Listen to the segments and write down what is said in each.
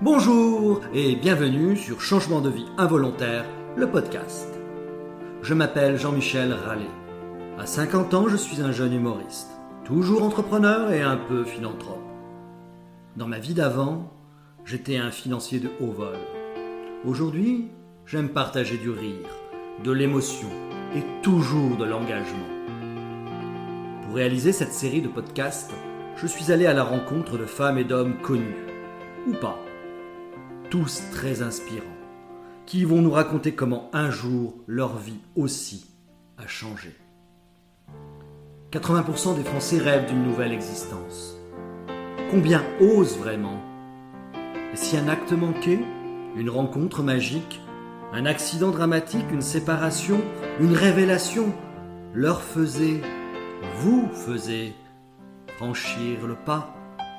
Bonjour et bienvenue sur Changement de vie involontaire, le podcast. Je m'appelle Jean-Michel Rallet. À 50 ans, je suis un jeune humoriste, toujours entrepreneur et un peu philanthrope. Dans ma vie d'avant, j'étais un financier de haut vol. Aujourd'hui, j'aime partager du rire, de l'émotion et toujours de l'engagement. Pour réaliser cette série de podcasts, je suis allé à la rencontre de femmes et d'hommes connus, ou pas, tous très inspirants, qui vont nous raconter comment un jour leur vie aussi a changé. 80% des Français rêvent d'une nouvelle existence. Combien osent vraiment ? Et si un acte manqué, une rencontre magique, un accident dramatique, une séparation, une révélation leur faisait, vous faisait franchir le pas ?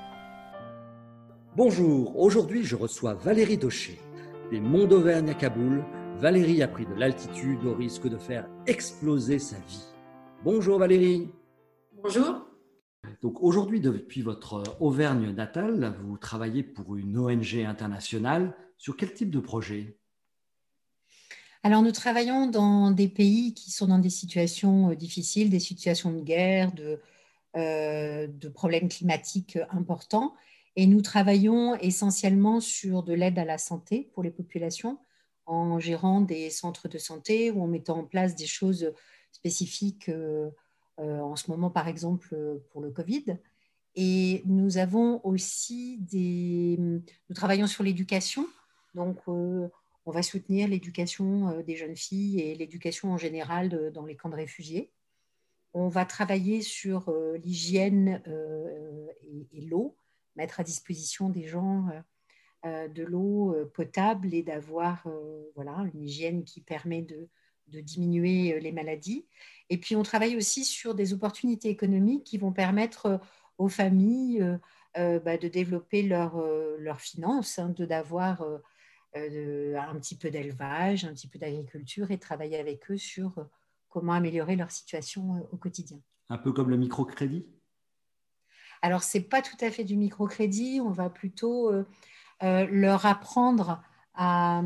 Bonjour, aujourd'hui je reçois Valérie Daucher. Des monts d'Auvergne à Kaboul, Valérie a pris de l'altitude au risque de faire exploser sa vie. Bonjour Valérie. Bonjour. Donc aujourd'hui, depuis votre Auvergne natale, vous travaillez pour une ONG internationale. Sur quel type de projet ? Alors nous travaillons dans des pays qui sont dans des situations difficiles, des situations de guerre, de problèmes climatiques importants. Et nous travaillons essentiellement sur de l'aide à la santé pour les populations, en gérant des centres de santé ou en mettant en place des choses spécifiques en ce moment, par exemple, pour le Covid. Et nous avons aussi nous travaillons sur l'éducation. Donc, on va soutenir l'éducation des jeunes filles et l'éducation en général dans les camps de réfugiés. On va travailler sur l'hygiène et l'eau, mettre à disposition des gens de l'eau potable et d'avoir une hygiène qui permet de diminuer les maladies. Et puis, on travaille aussi sur des opportunités économiques qui vont permettre aux familles de développer leurs finances, d'avoir un petit peu d'élevage, un petit peu d'agriculture et travailler avec eux sur comment améliorer leur situation au quotidien. Un peu comme le microcrédit ? Alors, ce n'est pas tout à fait du microcrédit, on va plutôt leur apprendre à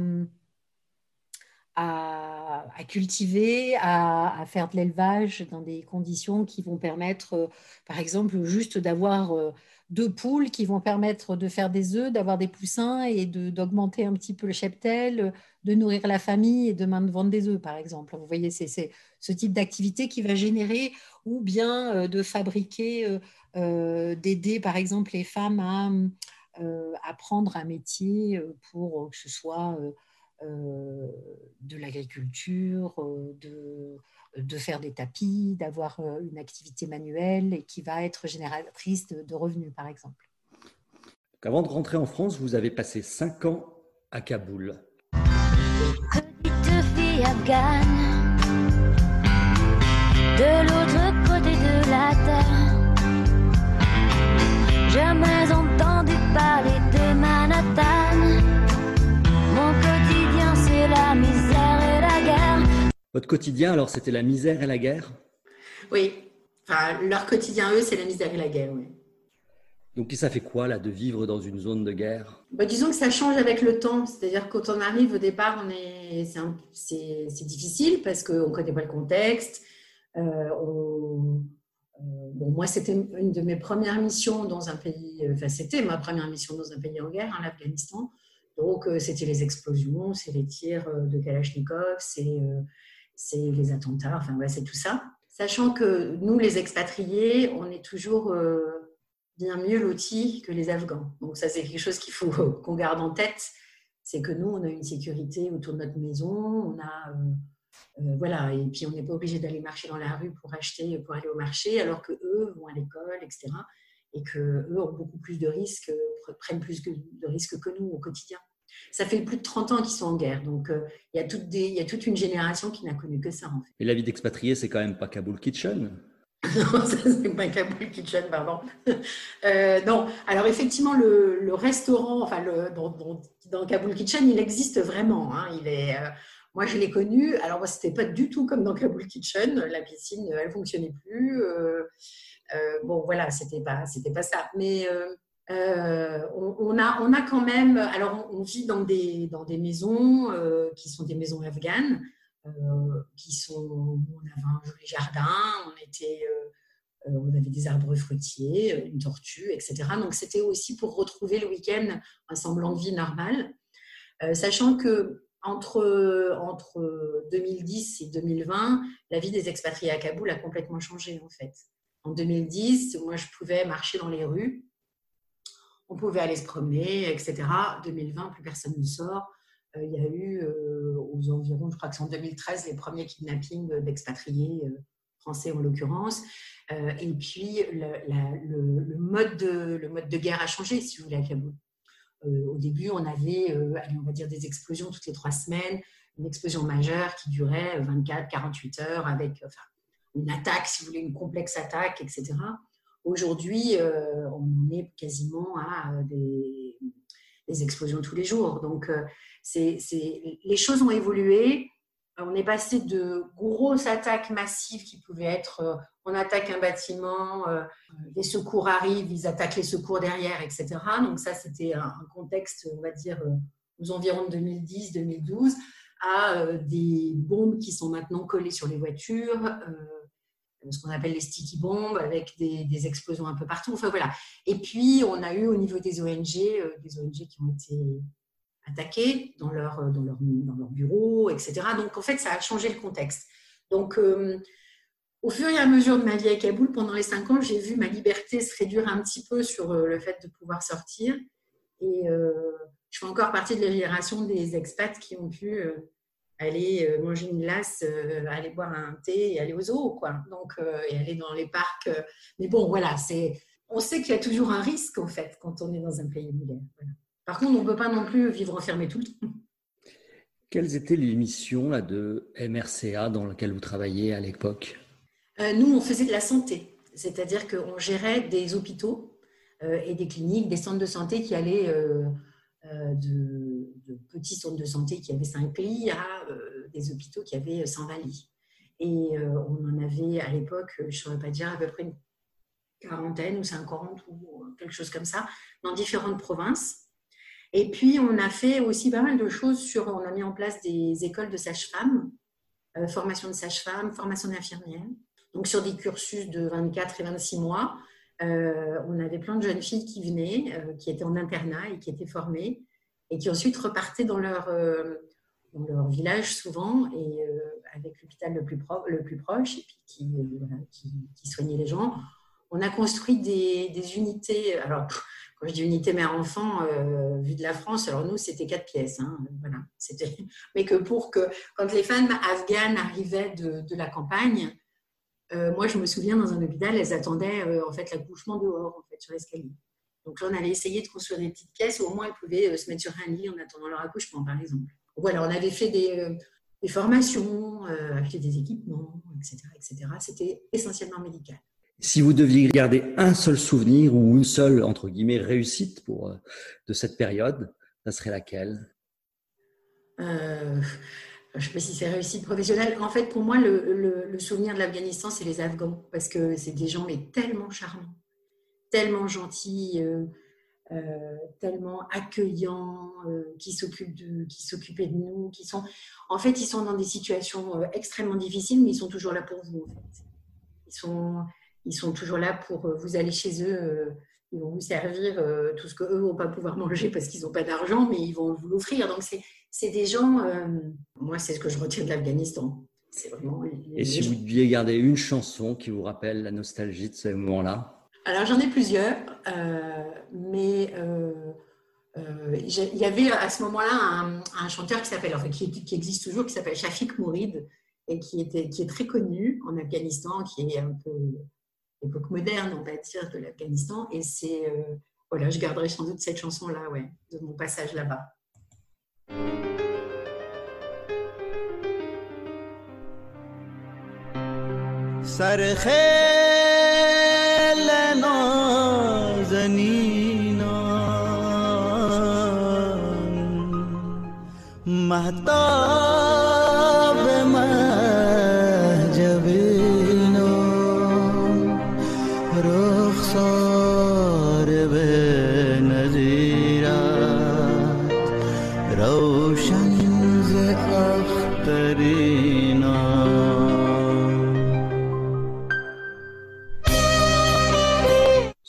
cultiver, à faire de l'élevage dans des conditions qui vont permettre, par exemple, juste d'avoir 2 poules qui vont permettre de faire des œufs, d'avoir des poussins et d'augmenter un petit peu le cheptel, de nourrir la famille et demain de vendre des œufs, par exemple. Vous voyez, c'est ce type d'activité qui va générer, ou bien de fabriquer, d'aider, par exemple, les femmes à apprendre un métier pour que ce soit de l'agriculture, de faire des tapis, d'avoir une activité manuelle et qui va être génératrice de revenus, par exemple. Donc, avant de rentrer en France, vous avez passé 5 ans à Kaboul. Petite fille afghane, de l'autre côté de la terre, jamais entendu parler de Manhattan. Mon quotidien, c'est la misère et la guerre. Votre quotidien, alors, c'était la misère et la guerre ? Oui, enfin, leur quotidien, eux, c'est la misère et la guerre, oui. Donc, ça fait quoi, là, de vivre dans une zone de guerre ? Disons que ça change avec le temps. C'est-à-dire que quand on arrive, au départ, c'est difficile parce qu'on ne connaît pas le contexte. Moi, c'était une de mes premières missions dans un pays, c'était ma première mission dans un pays en guerre, l'Afghanistan. Donc, c'était les explosions, c'est les tirs de Kalachnikov, c'est les attentats, enfin, ouais, c'est tout ça. Sachant que nous, les expatriés, on est toujours bien mieux lotis que les Afghans. Donc, ça, c'est quelque chose qu'il faut qu'on garde en tête. C'est que nous, on a une sécurité autour de notre maison, on a... voilà, et puis on n'est pas obligé d'aller marcher dans la rue pour acheter, pour aller au marché, alors qu'eux vont à l'école, etc. Et qu'eux ont beaucoup plus de risques, prennent plus de risques que nous au quotidien. Ça fait plus de 30 ans qu'ils sont en guerre, donc il y a toute une génération qui n'a connu que ça, en fait. Et la vie d'expatrié, c'est quand même pas Kabul Kitchen ? Non, ça c'est pas Kabul Kitchen, pardon. Non, alors effectivement, le restaurant, enfin, dans Kabul Kitchen, il existe vraiment. Moi, je l'ai connu. Alors, moi, c'était pas du tout comme dans Kabul Kitchen. La piscine, elle fonctionnait plus. Voilà, c'était pas ça. Mais On a quand même, alors on vit dans des maisons qui sont des maisons afghanes, on avait un joli jardin, on avait des arbres fruitiers, une tortue, etc. Donc c'était aussi pour retrouver le week-end un semblant de vie normale, sachant que entre 2010 et 2020, la vie des expatriés à Kaboul a complètement changé en fait. En 2010, moi je pouvais marcher dans les rues, on pouvait aller se promener, etc. 2020, plus personne ne sort. Il y a eu aux environs, je crois que c'est en 2013, les premiers kidnappings d'expatriés français en l'occurrence. Et puis le mode de guerre a changé, si vous voulez, à Kaboul. Au début, on avait, on va dire, des explosions toutes les 3 semaines, une explosion majeure qui durait 24-48 heures avec une attaque, si vous voulez, une complexe attaque, etc. Aujourd'hui, on est quasiment à des explosions tous les jours. Donc, les choses ont évolué. On est passé de grosses attaques massives qui pouvaient être on attaque un bâtiment, les secours arrivent, ils attaquent les secours derrière, etc. Donc ça, c'était un contexte, on va dire, aux environs de 2010-2012, à des bombes qui sont maintenant collées sur les voitures, ce qu'on appelle les sticky bombes, avec des explosions un peu partout. Enfin, voilà. Et puis, on a eu au niveau des ONG qui ont été attaqués dans leur bureau, etc. Donc, en fait, ça a changé le contexte. Donc, au fur et à mesure de ma vie à Kaboul, pendant les 5 ans, j'ai vu ma liberté se réduire un petit peu sur le fait de pouvoir sortir. Et je fais encore partie de la génération des expats qui ont pu aller manger une glace, aller boire un thé et aller au zoo, quoi. Donc, et aller dans les parcs. Mais bon, voilà, on sait qu'il y a toujours un risque, en fait, quand on est dans un pays en guerre. Voilà. Par contre, on ne peut pas non plus vivre enfermé tout le temps. Quelles étaient les missions là, de MRCA dans lesquelles vous travailliez à l'époque ? Nous, on faisait de la santé. C'est-à-dire qu'on gérait des hôpitaux et des cliniques, des centres de santé qui allaient de petits centres de santé qui avaient 5 lits à des hôpitaux qui avaient 120 lits. Et on en avait à l'époque, je ne saurais pas dire, à peu près une 40 ou 50 ou quelque chose comme ça, dans différentes provinces. Et puis, on a fait aussi pas mal de choses on a mis en place des écoles de sages-femmes, formation de sages-femmes, formation d'infirmières. Donc, sur des cursus de 24 et 26 mois, on avait plein de jeunes filles qui venaient, qui étaient en internat et qui étaient formées et qui ensuite repartaient dans leur village souvent et avec l'hôpital le plus proche et puis qui soignait les gens. On a construit des unités. Alors, quand je dis unité mère-enfant, vue de la France, alors nous, c'était 4 pièces. Hein, voilà, mais que quand les femmes afghanes arrivaient de la campagne, moi, je me souviens, dans un hôpital, elles attendaient en fait l'accouchement dehors, en fait, sur l'escalier. Donc là, on avait essayé de construire des petites pièces où au moins elles pouvaient se mettre sur un lit en attendant leur accouchement, par exemple. Voilà, on avait fait des formations, acheté des équipements, etc., etc. C'était essentiellement médical. Si vous deviez garder un seul souvenir ou une seule, entre guillemets, réussite de cette période, ça serait laquelle ? Je ne sais pas si c'est réussite professionnelle. En fait, pour moi, le souvenir de l'Afghanistan, c'est les Afghans, parce que c'est des gens mais tellement charmants, tellement gentils, tellement accueillants, qui s'occupaient de nous, en fait, ils sont dans des situations extrêmement difficiles, mais ils sont toujours là pour vous. En fait. Ils sont toujours là pour vous aller chez eux. Ils vont vous servir tout ce qu'eux ne vont pas pouvoir manger parce qu'ils n'ont pas d'argent, mais ils vont vous l'offrir. Donc, c'est des gens... moi, c'est ce que je retiens de l'Afghanistan. C'est vraiment Et si vous deviez garder une chanson qui vous rappelle la nostalgie de ce moment-là ? Alors, j'en ai plusieurs, mais il y avait à ce moment-là un chanteur qui existe toujours, qui s'appelle Shafiq Mourid, et qui est très connu en Afghanistan, qui est un peu l'époque moderne, on va dire, de l'Afghanistan. Et c'est... voilà, je garderai sans doute cette chanson-là, ouais, de mon passage là-bas. رخسار به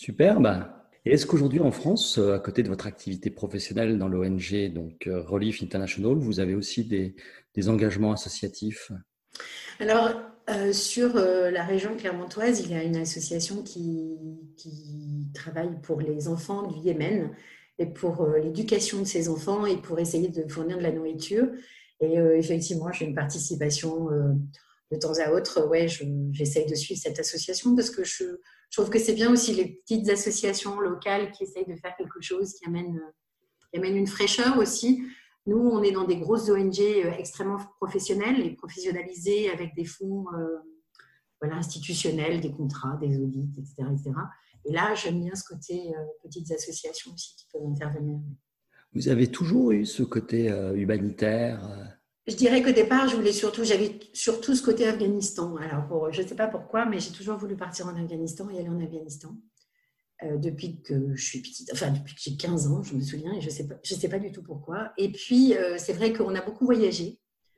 Super. Et est-ce qu'aujourd'hui en France, à côté de votre activité professionnelle dans l'ONG, donc Relief International, vous avez aussi des engagements associatifs? Alors, sur la région clermontoise, il y a une association qui travaille pour les enfants du Yémen et pour l'éducation de ces enfants et pour essayer de fournir de la nourriture. Et effectivement, j'ai une participation de temps à autre. Ouais, j'essaye de suivre cette association parce que je trouve que c'est bien aussi les petites associations locales qui essayent de faire quelque chose, qui amènent une fraîcheur aussi. Nous, on est dans des grosses ONG extrêmement professionnelles et professionnalisées avec des fonds institutionnels, des contrats, des audits, etc., etc. Et là, j'aime bien ce côté petites associations aussi qui peuvent intervenir. Vous avez toujours eu ce côté humanitaire? Je dirais qu'au départ, j'avais surtout ce côté Afghanistan. Alors, je ne sais pas pourquoi, mais j'ai toujours voulu partir en Afghanistan et aller en Afghanistan. Depuis que je suis petite, depuis que j'ai 15 ans, je me souviens, et je sais pas du tout pourquoi. Et puis, c'est vrai qu'on a beaucoup voyagé.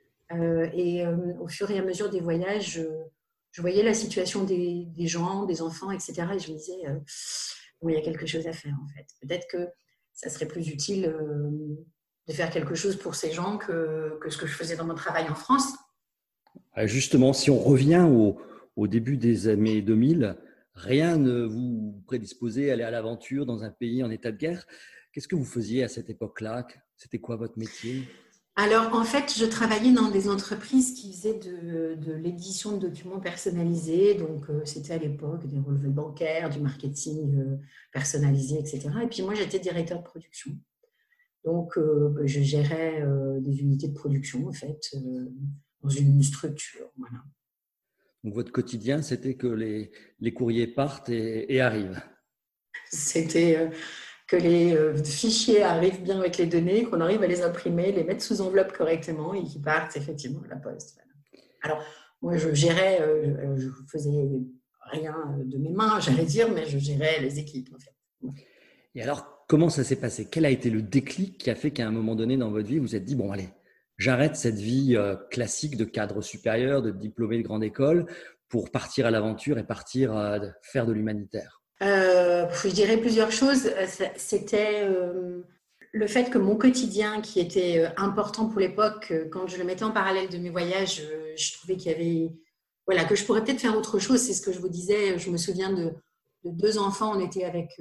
Au fur et à mesure des voyages, je voyais la situation des gens, des enfants, etc. Et je me disais, bon, il y a quelque chose à faire, en fait. Peut-être que ça serait plus utile de faire quelque chose pour ces gens que ce que je faisais dans mon travail en France. Justement, si on revient au début des années 2000, rien ne vous prédisposait à aller à l'aventure dans un pays en état de guerre. Qu'est-ce que vous faisiez à cette époque-là? C'était quoi votre métier? Alors, en fait, je travaillais dans des entreprises qui faisaient de l'édition de documents personnalisés. Donc, c'était à l'époque des relevés bancaires, du marketing personnalisé, etc. Et puis, moi, j'étais directeur de production. Donc, je gérais des unités de production, en fait, dans une structure. Voilà. Donc, votre quotidien, c'était que les courriers partent et arrivent. C'était que les fichiers arrivent bien avec les données, qu'on arrive à les imprimer, les mettre sous enveloppe correctement et qu'ils partent effectivement à la poste. Voilà. Alors, moi, je gérais, je faisais rien de mes mains, j'allais dire, mais je gérais les équipes, en fait. Et alors, comment ça s'est passé? Quel a été le déclic qui a fait qu'à un moment donné dans votre vie, vous vous êtes dit, bon, allez, j'arrête cette vie classique de cadre supérieur, de diplômé de grande école, pour partir à l'aventure et partir faire de l'humanitaire? Je dirais plusieurs choses. C'était le fait que mon quotidien, qui était important pour l'époque, quand je le mettais en parallèle de mes voyages, je trouvais qu'il y avait, que je pourrais peut-être faire autre chose. C'est ce que je vous disais. Je me souviens de 2 enfants. On était avec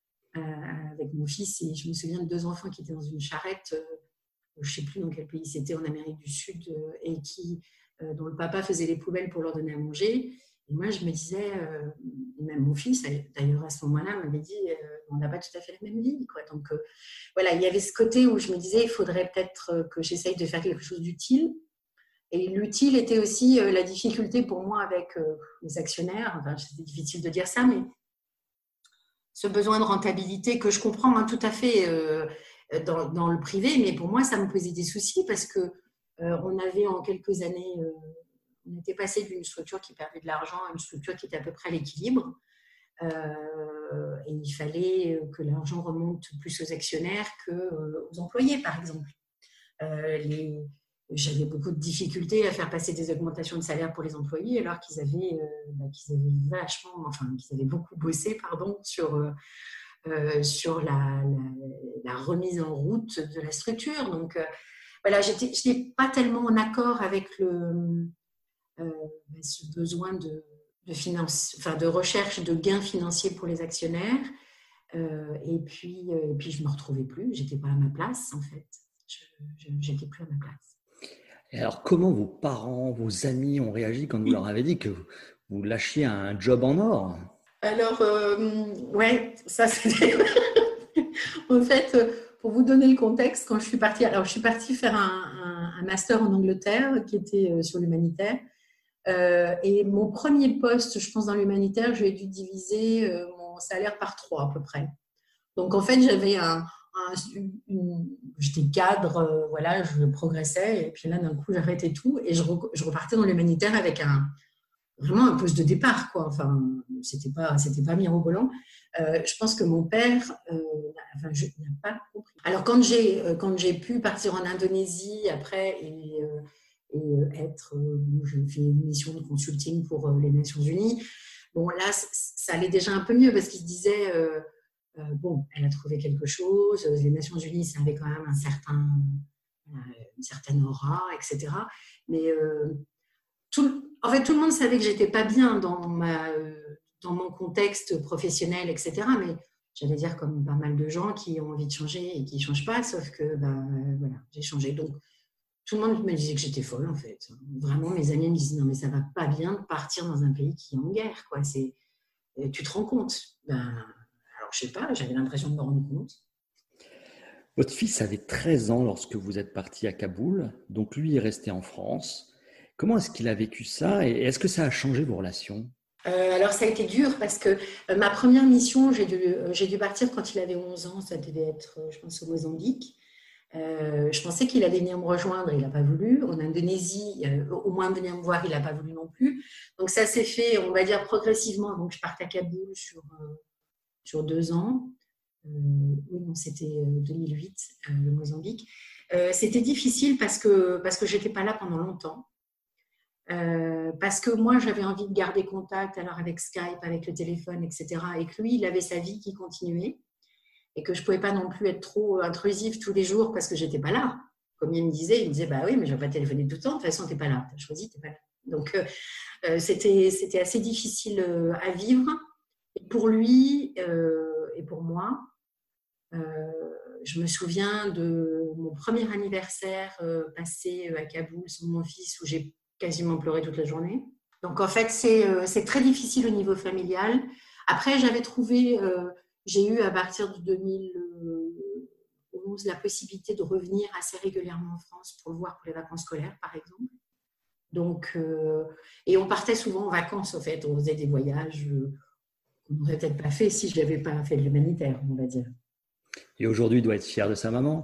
mon fils et je me souviens de 2 enfants qui étaient dans une charrette. Je ne sais plus dans quel pays c'était, en Amérique du Sud, et dont le papa faisait les poubelles pour leur donner à manger. Et moi, je me disais, même mon fils, d'ailleurs, à ce moment-là, m'avait dit, on n'a pas tout à fait la même vie, quoi. Donc, il y avait ce côté où je me disais, il faudrait peut-être que j'essaye de faire quelque chose d'utile. Et l'utile était aussi la difficulté pour moi avec les actionnaires. Enfin, c'est difficile de dire ça, mais ce besoin de rentabilité que je comprends tout à fait dans le privé, mais pour moi, ça me posait des soucis parce que on avait en quelques années... on était passé d'une structure qui perdait de l'argent à une structure qui était à peu près à l'équilibre. Et il fallait que l'argent remonte plus aux actionnaires qu'aux employés, par exemple. J'avais beaucoup de difficultés à faire passer des augmentations de salaire pour les employés, alors qu'ils avaient beaucoup bossé, sur la remise en route de la structure. Donc, je n'étais pas tellement en accord avec ce besoin de recherche de gains financiers pour les actionnaires. Et puis, je ne me retrouvais plus. Je n'étais pas à ma place, en fait. Je n'étais plus à ma place. Et alors, comment vos parents, vos amis ont réagi quand vous leur avez dit que vous lâchiez un job en or? Alors, ça c'était… En fait, pour vous donner le contexte, quand je suis partie… Alors, je suis partie faire un master en Angleterre qui était sur l'humanitaire. Et mon premier poste, je pense, dans l'humanitaire, j'ai dû diviser mon salaire par 3 à peu près. Donc, en fait, j'avais j'étais cadre, je progressais. Et puis là, d'un coup, j'arrêtais tout. Et je repartais dans l'humanitaire avec vraiment un poste de départ, quoi. Enfin, c'était pas mirobolant. Je pense que mon père n'a pas compris. Alors, quand j'ai pu partir en Indonésie après et j'ai fait une mission de consulting pour les Nations Unies. Bon, là, ça allait déjà un peu mieux parce qu'il se disait, bon, elle a trouvé quelque chose, les Nations Unies, ça avait quand même une certaine aura, etc. Mais en fait, tout le monde savait que j'étais pas bien dans mon contexte professionnel, etc. Mais j'allais dire comme pas mal de gens qui ont envie de changer et qui ne changent pas, sauf que voilà, j'ai changé. Donc, tout le monde me disait que j'étais folle, en fait. Vraiment, mes amis me disaient, non, mais ça va pas bien de partir dans un pays qui est en guerre, quoi. Tu te rends compte. Alors, je sais pas, j'avais l'impression de me rendre compte. Votre fils avait 13 ans lorsque vous êtes parti à Kaboul, donc lui est resté en France. Comment est-ce qu'il a vécu ça et est-ce que ça a changé vos relations ? Alors, ça a été dur parce que ma première mission, j'ai dû partir quand il avait 11 ans. Ça devait être, je pense, au Mozambique. Je pensais qu'il allait venir me rejoindre, il n'a pas voulu. En Indonésie, au moins venir me voir, il n'a pas voulu non plus. Donc, ça s'est fait, on va dire, progressivement. Donc, je parte à Kaboul sur 2 ans. Oui, non, c'était 2008, le Mozambique. C'était difficile parce que je n'étais pas là pendant longtemps. Parce que moi, j'avais envie de garder contact alors avec Skype, avec le téléphone, etc. Et que lui, il avait sa vie qui continuait et que je ne pouvais pas non plus être trop intrusive tous les jours parce que je n'étais pas là. Comme il me disait, bah oui, mais je ne vais pas téléphoner tout le temps, de toute façon, tu n'es pas là, tu as choisi, tu n'es pas là. Donc, c'était assez difficile à vivre. Et pour lui et pour moi, je me souviens de mon premier anniversaire passé à Kaboul sans mon fils où j'ai quasiment pleuré toute la journée. Donc, en fait, c'est très difficile au niveau familial. Après, j'ai eu à partir de 2011 la possibilité de revenir assez régulièrement en France pour le voir pour les vacances scolaires, par exemple. Donc, et on partait souvent en vacances, en fait. On faisait des voyages qu'on n'aurait peut-être pas fait si je n'avais pas fait de l'humanitaire, on va dire. Et aujourd'hui, il doit être fier de sa maman ?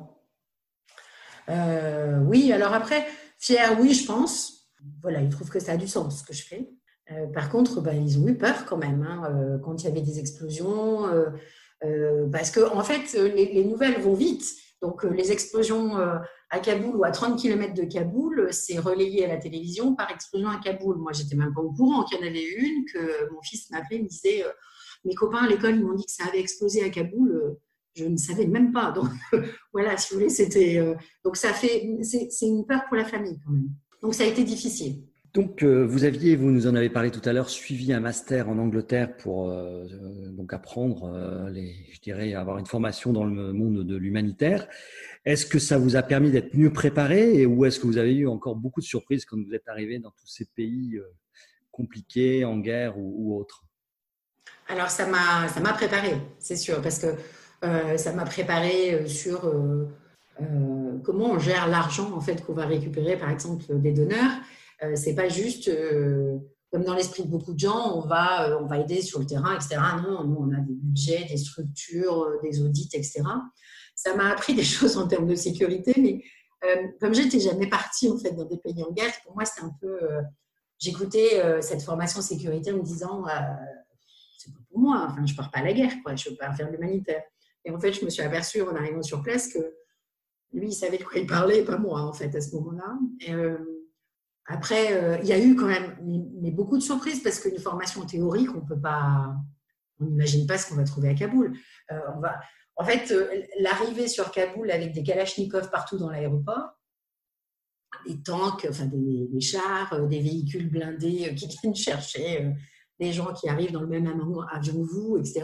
Oui, alors après, fier, oui, je pense. Voilà, ils trouvent que ça a du sens, ce que je fais. Par contre, ils ont eu peur quand même, quand il y avait des explosions. Parce que, en fait, les nouvelles vont vite. Donc, les explosions à Kaboul ou à 30 km de Kaboul, c'est relayé à la télévision par explosion à Kaboul. Moi, je n'étais même pas au courant qu'il y en avait une, que mon fils m'appelait, me disait mes copains à l'école, ils m'ont dit que ça avait explosé à Kaboul. Je ne savais même pas. Donc, voilà, si vous voulez, c'était. Donc, c'est une peur pour la famille quand même. Donc, ça a été difficile. Donc, vous nous en avez parlé tout à l'heure, suivi un master en Angleterre pour donc apprendre, je dirais, avoir une formation dans le monde de l'humanitaire. Est-ce que ça vous a permis d'être mieux préparé ou est-ce que vous avez eu encore beaucoup de surprises quand vous êtes arrivé dans tous ces pays compliqués, en guerre ou autres ? Alors, ça m'a préparé, c'est sûr, parce que ça m'a préparé sur comment on gère l'argent en fait, qu'on va récupérer, par exemple, des donneurs. C'est pas juste comme dans l'esprit de beaucoup de gens, on va aider sur le terrain, etc. Non, nous, on a des budgets, des structures, des audits, etc. Ça m'a appris des choses en termes de sécurité, mais comme j'étais jamais partie en fait dans des pays en guerre, pour moi, c'était un peu. J'écoutais cette formation sécurité en me disant c'est pas pour moi, enfin, je pars pas à la guerre, quoi, je veux pas faire de l'humanitaire. Et en fait, je me suis aperçue en arrivant sur place que lui, il savait de quoi il parlait, pas moi, en fait, à ce moment-là. Et, après, il y a eu quand même mais beaucoup de surprises parce qu'une formation théorique, on n'imagine pas ce qu'on va trouver à Kaboul. En fait, l'arrivée sur Kaboul avec des kalachnikovs partout dans l'aéroport, des tanks, enfin des chars, des véhicules blindés qui viennent chercher des gens qui arrivent dans le même avion que vous, etc.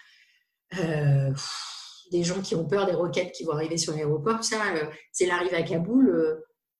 Des gens qui ont peur des roquettes qui vont arriver sur l'aéroport, ça, c'est l'arrivée à Kaboul.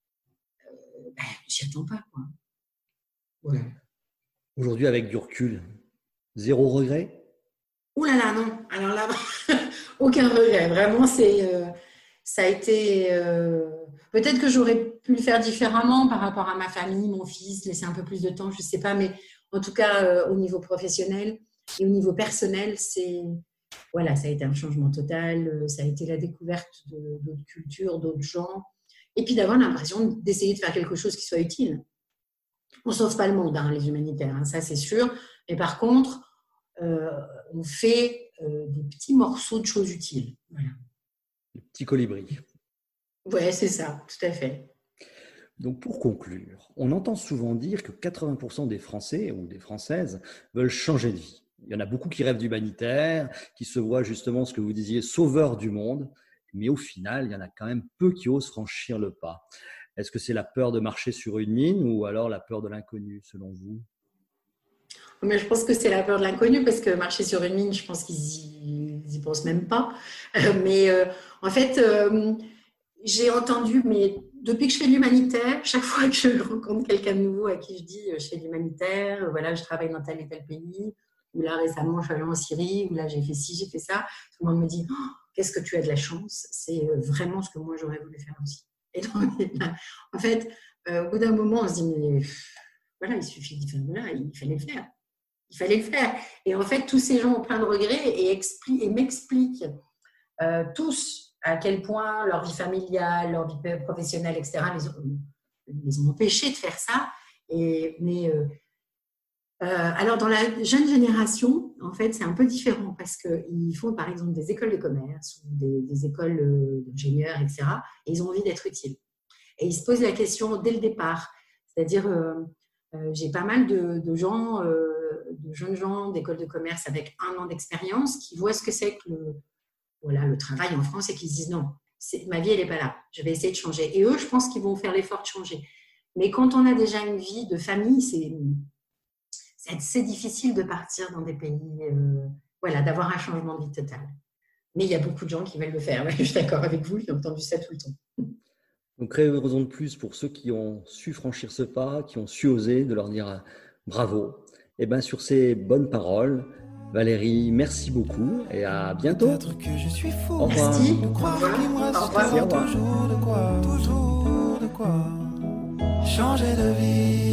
J'y attends pas, quoi. Ouais. Aujourd'hui, avec du recul, zéro regret ? Ouh là là, non. Alors là, aucun regret. Vraiment, ça a été. Peut-être que j'aurais pu le faire différemment par rapport à ma famille, mon fils, laisser un peu plus de temps, je ne sais pas. Mais en tout cas, au niveau professionnel et au niveau personnel, ça a été un changement total. Ça a été la découverte d'autres cultures, d'autres gens. Et puis d'avoir l'impression d'essayer de faire quelque chose qui soit utile. On ne sauve pas le monde, les humanitaires, ça c'est sûr. Mais par contre, on fait des petits morceaux de choses utiles. Voilà. Les petits colibris. Oui, c'est ça, tout à fait. Donc pour conclure, on entend souvent dire que 80% des Français ou des Françaises veulent changer de vie. Il y en a beaucoup qui rêvent d'humanitaire, qui se voient justement, ce que vous disiez, sauveurs du monde, mais au final, il y en a quand même peu qui osent franchir le pas. Est-ce que c'est la peur de marcher sur une mine ou alors la peur de l'inconnu, selon vous? Mais je pense que c'est la peur de l'inconnu, parce que marcher sur une mine, je pense qu'ils y pensent même pas. En fait, j'ai entendu, mais depuis que je fais de l'humanitaire, chaque fois que je rencontre quelqu'un de nouveau à qui je dis je fais de l'humanitaire, voilà, je travaille dans tel et tel pays, ou là récemment je suis allée en Syrie, ou là j'ai fait ci, j'ai fait ça, tout le monde me dit qu'est-ce que tu as de la chance, c'est vraiment ce que moi j'aurais voulu faire aussi. Et donc, en fait, au bout d'un moment, on se dit mais voilà, il suffit de faire, voilà, il fallait le faire. Il fallait le faire. Et en fait, tous ces gens ont plein de regrets et m'expliquent tous à quel point leur vie familiale, leur vie professionnelle, etc., les ont empêchés de faire ça. Alors, dans la jeune génération, en fait, c'est un peu différent parce qu'ils font, par exemple, des écoles de commerce ou des écoles d'ingénieurs, etc., et ils ont envie d'être utiles. Et ils se posent la question dès le départ. C'est-à-dire, j'ai pas mal de gens, de jeunes gens d'écoles de commerce avec 1 an d'expérience qui voient ce que c'est que le travail en France et qui se disent non, ma vie, elle n'est pas là. Je vais essayer de changer. Et eux, je pense qu'ils vont faire l'effort de changer. Mais quand on a déjà une vie de famille, c'est difficile de partir dans des pays, d'avoir un changement de vie total. Mais il y a beaucoup de gens qui veulent le faire. Ouais, je suis d'accord avec vous, j'ai entendu ça tout le temps. Donc, raison de plus pour ceux qui ont su franchir ce pas, qui ont su oser, de leur dire bravo. Et bien, sur ces bonnes paroles, Valérie, merci beaucoup et à bientôt. Peut-être que je suis fou. Au revoir. Merci. Au revoir. Toujours de quoi changer de vie.